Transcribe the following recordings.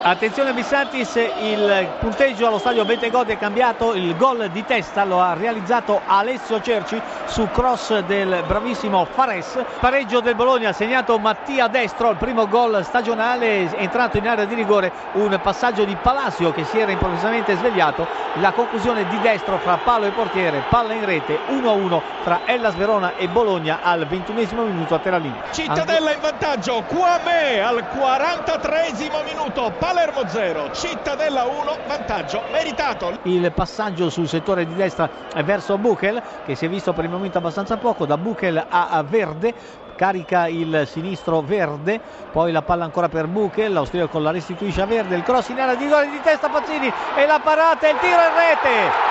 Attenzione Bissantis, il punteggio allo stadio Bentegodi è cambiato, il gol di testa lo ha realizzato Alessio Cerci su cross del bravissimo Fares. Pareggio del Bologna, segnato Mattia Destro, il primo gol stagionale, è entrato in area di rigore, un passaggio di Palacio che si era improvvisamente svegliato, la conclusione di Destro fra palo e portiere, palla in rete, 1-1 tra Hellas Verona e Bologna al 21esimo minuto a Teralini. Cittadella in vantaggio, Kouamé al 43esimo minuto. Palermo 0, Cittadella 1, vantaggio meritato. Il passaggio sul settore di destra verso Buchel, che si è visto per il momento abbastanza poco, da Buchel a Verde, carica il sinistro Verde, poi la palla ancora per Buchel, l'austriaco la restituisce a Verde, il cross in area di rigore di testa Pazzini e la parata e il tiro in rete.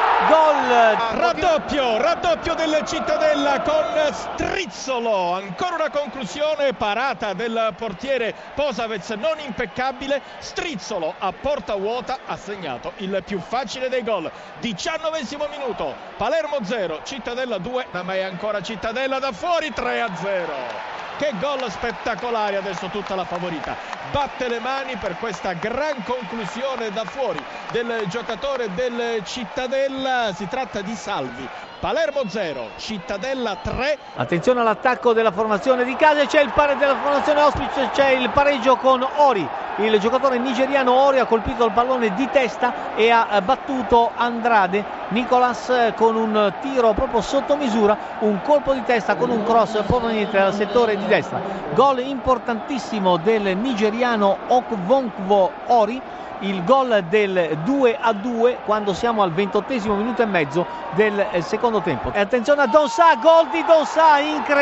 Gol! Raddoppio del Cittadella con Strizzolo, ancora una conclusione, parata del portiere Posavec non impeccabile, Strizzolo a porta vuota ha segnato il più facile dei gol. 19esimo minuto, Palermo 0, Cittadella 2, ma è ancora Cittadella da fuori, 3-0. Che gol spettacolare, adesso tutta la favorita batte le mani per questa gran conclusione da fuori del giocatore del Cittadella, si tratta di Salvi. Palermo 0, Cittadella 3. Attenzione all'attacco della formazione di casa, c'è il pari della formazione Auspice, c'è il pareggio con Ori. Il giocatore nigeriano Ori ha colpito il pallone di testa e ha battuto Andrade. Nicolas con un tiro proprio sotto misura, un colpo di testa con un cross proveniente dal settore di destra. Gol importantissimo del nigeriano Okwonkwo Ori, il gol del 2-2 quando siamo al 28esimo minuto e mezzo del secondo tempo. E attenzione a Donsah, gol di Donsah,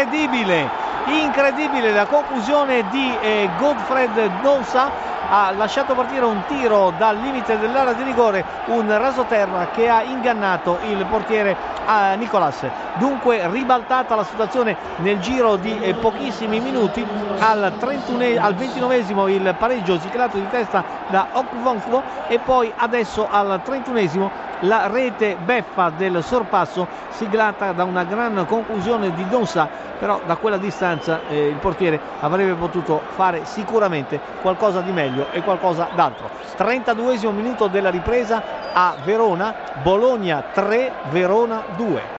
incredibile la conclusione di Godfred Donsah. Ha lasciato partire un tiro dal limite dell'area di rigore, un rasoterra che ha ingannato il portiere Nicolas. Dunque ribaltata la situazione nel giro di pochissimi minuti. Al 29esimo il pareggio siglato di testa da Okwonkwo e poi adesso al 31esimo la rete beffa del sorpasso siglata da una gran conclusione di Donsah, però da quella distanza il portiere avrebbe potuto fare sicuramente qualcosa di meglio e qualcosa d'altro. 32esimo minuto della ripresa a Verona, Bologna 3, Verona 2.